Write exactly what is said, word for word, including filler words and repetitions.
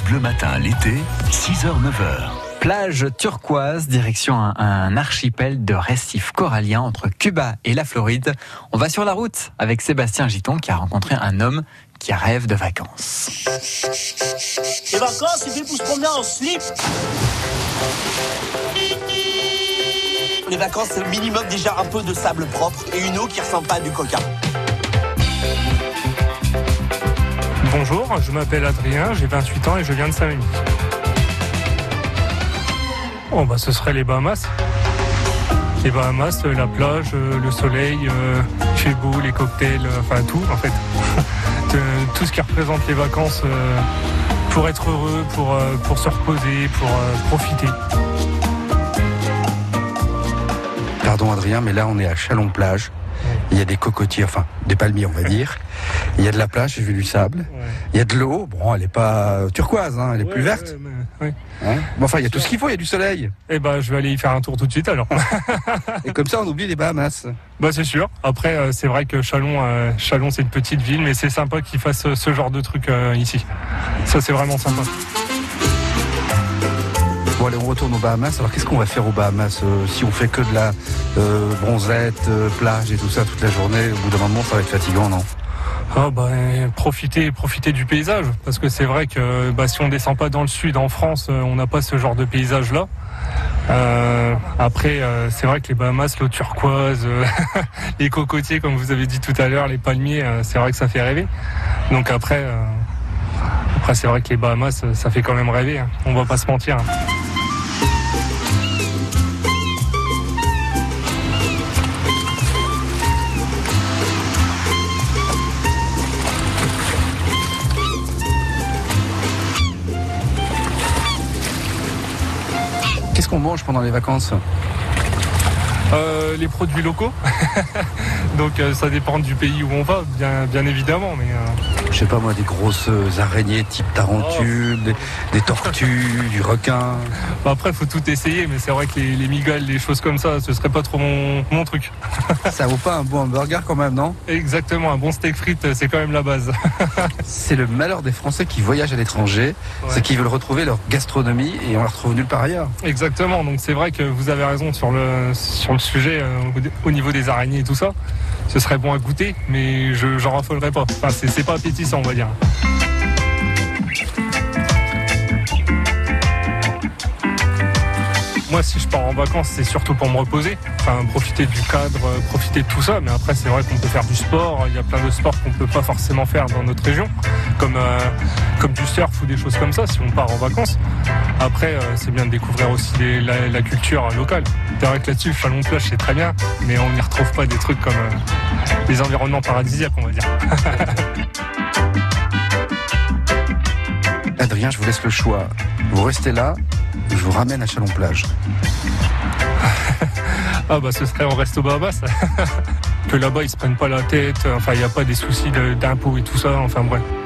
Bleu Matin l'été, six heures neuf heures. Plage turquoise, direction un, un archipel de récifs coralliens entre Cuba et la Floride. On va sur la route avec Sébastien Giton qui a rencontré un homme qui rêve de vacances. Les vacances, c'est fait pour se promener en slip. Les vacances, c'est le minimum déjà un peu de sable propre et une eau qui ressemble pas à du coca. Bonjour, je m'appelle Adrien, j'ai vingt-huit ans et je viens de Saint-Rémy. Oh bah ce serait les Bahamas. Les Bahamas, la plage, le soleil, euh, il fait beau, les cocktails, enfin tout en fait. Tout ce qui représente les vacances euh, pour être heureux, pour, euh, pour se reposer, pour euh, profiter. Pardon Adrien, mais là on est à Chalon-Plage. Il y a des cocotiers, enfin des palmiers on va dire. Il y a de la plage, j'ai vu du sable. Ouais. Il y a de l'eau, bon elle n'est pas turquoise, hein, elle est ouais, plus verte. Ouais, mais, ouais. Hein bon, enfin il y a tout ce qu'il faut, il y a du soleil. Eh ben je vais aller y faire un tour tout de suite alors. Et comme ça on oublie les Bahamas. Bah c'est sûr. Après euh, c'est vrai que Chalon, euh, Chalon c'est une petite ville, mais c'est sympa qu'ils fassent ce genre de truc euh, ici. Ça c'est vraiment sympa. Bon allez, on retourne aux Bahamas. Alors qu'est-ce qu'on va faire aux Bahamas euh, si on fait que de la euh, bronzette, euh, plage et tout ça toute la journée? Au bout d'un moment ça va être fatigant, non? Ah bah, profiter, profiter du paysage, parce que c'est vrai que bah, si on descend pas dans le sud en France, on n'a pas ce genre de paysage là. Euh, après euh, c'est vrai que les Bahamas, l'eau turquoise, euh, les cocotiers comme vous avez dit tout à l'heure, les palmiers, euh, c'est vrai que ça fait rêver. Donc après, euh, après c'est vrai que les Bahamas ça fait quand même rêver, hein. On va pas se mentir, hein. Qu'est-ce qu'on mange pendant les vacances? euh, Les produits locaux. Donc euh, ça dépend du pays où on va, bien, bien évidemment. Mais euh... je sais pas moi, des grosses araignées type tarentule, oh. des, des tortues, du requin. Bah après faut tout essayer, mais c'est vrai que les, les migales, les choses comme ça, ce serait pas trop mon, mon truc. Ça vaut pas un bon hamburger quand même, non? Exactement, un bon steak frites, c'est quand même la base. C'est le malheur des Français qui voyagent à l'étranger, ouais. C'est qu'ils veulent retrouver leur gastronomie et on la retrouve nulle part ailleurs. Exactement, donc c'est vrai que vous avez raison sur le, sur le sujet euh, au niveau des araignées et tout ça. Ce serait bon à goûter, mais je j'en raffolerai pas. Enfin, c'est, c'est pas appétissant, on va dire. Moi, si je pars en vacances, c'est surtout pour me reposer. Enfin, profiter du cadre, profiter de tout ça. Mais après, c'est vrai qu'on peut faire du sport. Il y a plein de sports qu'on peut pas forcément faire dans notre région, comme euh, comme du surf ou des choses comme ça. Si on part en vacances, après, euh, c'est bien de découvrir aussi les, la, la culture locale. C'est vrai que là-dessus, Chalon-Plage, c'est très bien, mais on n'y retrouve pas des trucs comme euh, les environnements paradisiaques, on va dire. Adrien, je vous laisse le choix. Vous restez là, je vous ramène à Chalon-Plage. Ah bah ce serait on reste aux Bahamas. Que là-bas ils se prennent pas la tête, enfin il n'y a pas des soucis de, d'impôts et tout ça, enfin bref.